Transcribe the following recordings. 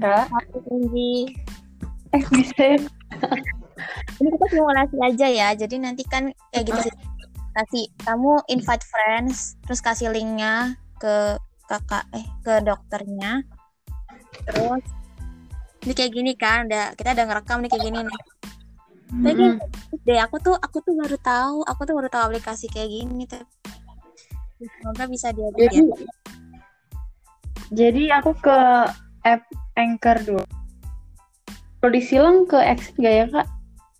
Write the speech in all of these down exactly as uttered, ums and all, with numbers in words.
Kak. Aku tinggi. Eh bisa ya? Ini kita simulasi aja ya. Jadi nanti kan kayak gitu sih. Kasih kamu invite friends, terus kasih linknya ke kakak eh ke dokternya. Terus ini kayak gini kan, ada kita ada ngerekam nih kayak gini nih. Tapi kayak deh aku tuh aku tuh baru tahu, aku tuh baru tahu aplikasi kayak gini tuh. Semoga bisa diedit Jadi, ya. jadi aku ke app Anchor dulu. Kalau disilang ke exit gak ya Kak?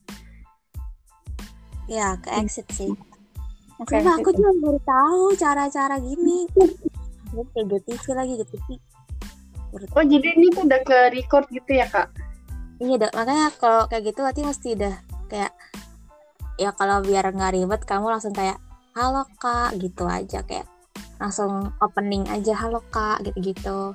Ya, ke exit sih. Nah, Ke sumpah exit aku ya. juga baru tahu cara-cara gini. Terus kayak G T V lagi G T V. Baru Oh jadi ini tuh udah ke record gitu ya Kak? Iya, dah. Makanya kalau kayak gitu berarti mesti udah kayak ya kalau biar nggak ribet kamu langsung kayak halo kak gitu aja, kayak langsung opening aja halo kak gitu-gitu.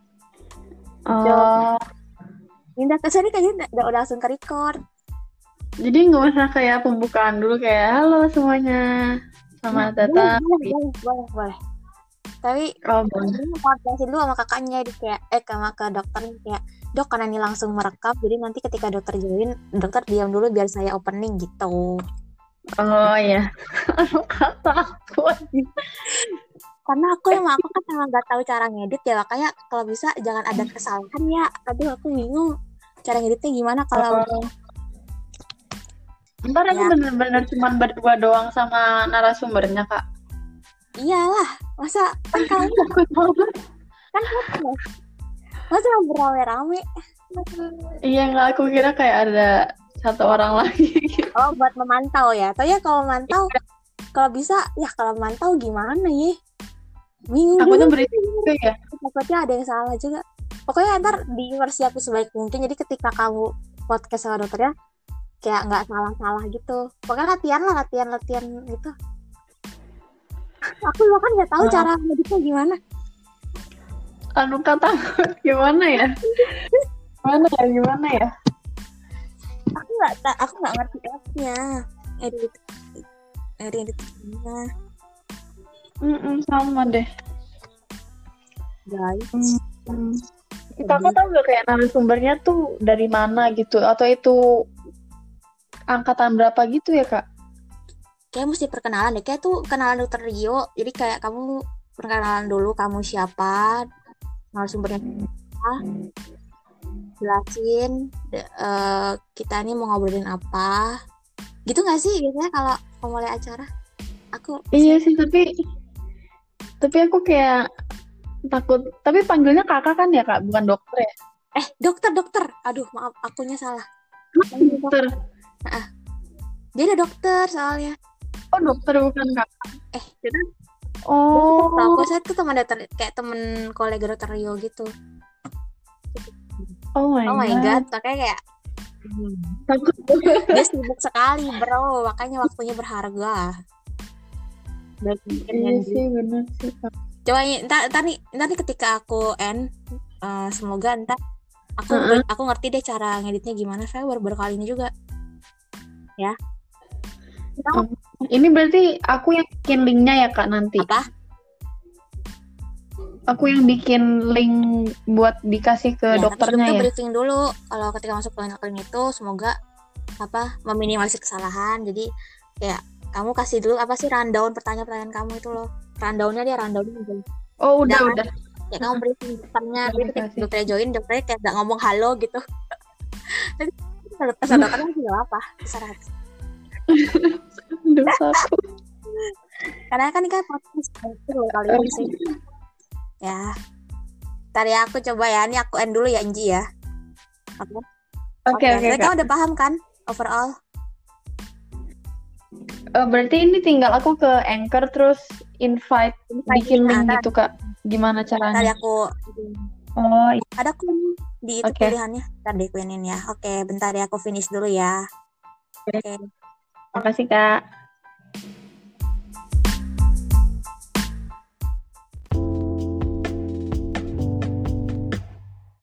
Oh, Pindah ke sini kayak gitu udah, udah langsung ke record. jadi nggak usah kayak pembukaan dulu kayak halo semuanya, Nah, selamat boleh, datang. boleh, boleh, boleh, boleh. Tapi Oh boleh. ini koordinasi dulu sama kakaknya di kayak eh sama ke dokternya kayak dok karena ini langsung merekam jadi nanti ketika dokter join dokter diam dulu biar saya opening gitu. Oh ya, kata aku. Karena aku emang aku kan emang gak tahu cara ngedit ya, makanya kalau bisa jangan ada kesalahan ya. Aduh aku bingung cara ngeditnya gimana kalau Oh. Ntar aku ya bener-bener cuman berdua doang sama narasumbernya Kak. iyalah, masa kan kamu Takut banget. kan kamu masa beramai-ramai. Iya nggak, aku kira kayak ada satu orang lagi. Oh buat memantau ya, atau ya kalau memantau kalau bisa ya kalau memantau gimana ya, bingung Takutnya juga. berisik juga ya. Takutnya ada yang salah juga. Pokoknya ntar dipersiapin sebaik mungkin. Jadi ketika kamu podcast sama dokternya kayak nggak salah-salah gitu. Pokoknya latihan lah, latihan-latihan gitu. Aku bahkan nggak tahu Oh. cara ngeditnya gimana. Anu kata gimana ya? Gimana ya? Gimana ya? Aku nggak ta- aku nggak ngerti appnya. Edit, edit, editnya. Mm-mm, sama deh. Guys. Hmm. Kakak tahu gak kayak narasumbernya tuh dari mana gitu? Atau itu angkatan berapa gitu ya Kak? Kayak mesti perkenalan deh. Kayak tuh kenalan dokter Rio. Jadi kayak kamu perkenalan dulu kamu siapa, narasumbernya apa, jelasin de- eh, kita ini mau ngobrolin apa. Gitu nggak sih biasanya kalau pemulai acara? Aku Iya sih, tapi tapi aku kayak takut. Tapi panggilnya kakak kan ya Kak, bukan dokter ya? eh dokter dokter. Aduh maaf akunya salah. Dokter. Dia ada dokter soalnya. Oh dokter bukan kakak. Eh jadi Oh. aku saya tuh teman dokter kayak temen kolega dokter Rio gitu. Oh my, Oh my god. god, makanya kayak Takut. dia sibuk sekali bro, makanya waktunya berharga. Baik, Iya sih, bener sih Kak. coba nih, ntar, ntar nih, ntar nih ketika aku end, uh, semoga ntar aku Uh-uh. aku ngerti deh cara ngeditnya gimana. Saya baru berkali ini juga, ya. Oh, ini berarti aku yang bikin linknya ya Kak nanti. Apa? Aku yang bikin link buat dikasih ke Ya, dokternya tapi ya. briefing dulu kalau ketika masuk klinik itu semoga apa meminimalisir kesalahan. Jadi kayak kamu kasih dulu apa sih rundown pertanyaan-pertanyaan kamu itu loh. Rundownnya dia rundownnya aja. Oh udah kan? udah. Ya kamu briefing dokternya, Udah tapi ketika dikasih. dokternya join, dokternya kayak gak ngomong halo gitu. Tapi kalau pas dokternya sih gak apa, terserah. Dosaku. Karena kan ini kan podcast itu loh kali ini sih. Ya. Ntar ya aku coba ya, ini aku end dulu ya Inji ya. Oke. Oke oke Jadi Kak. kamu udah paham kan overall? Eh, berarti ini tinggal aku ke Anchor terus invite, Invite bikin link, link nah, gitu Kak. Gimana Ntar caranya? aku Oh iya. ada kun di itu Oke. pilihannya. Ntar deh kuinin ya. Oke, bentar ya aku finish dulu ya. Oke. Makasih Kak.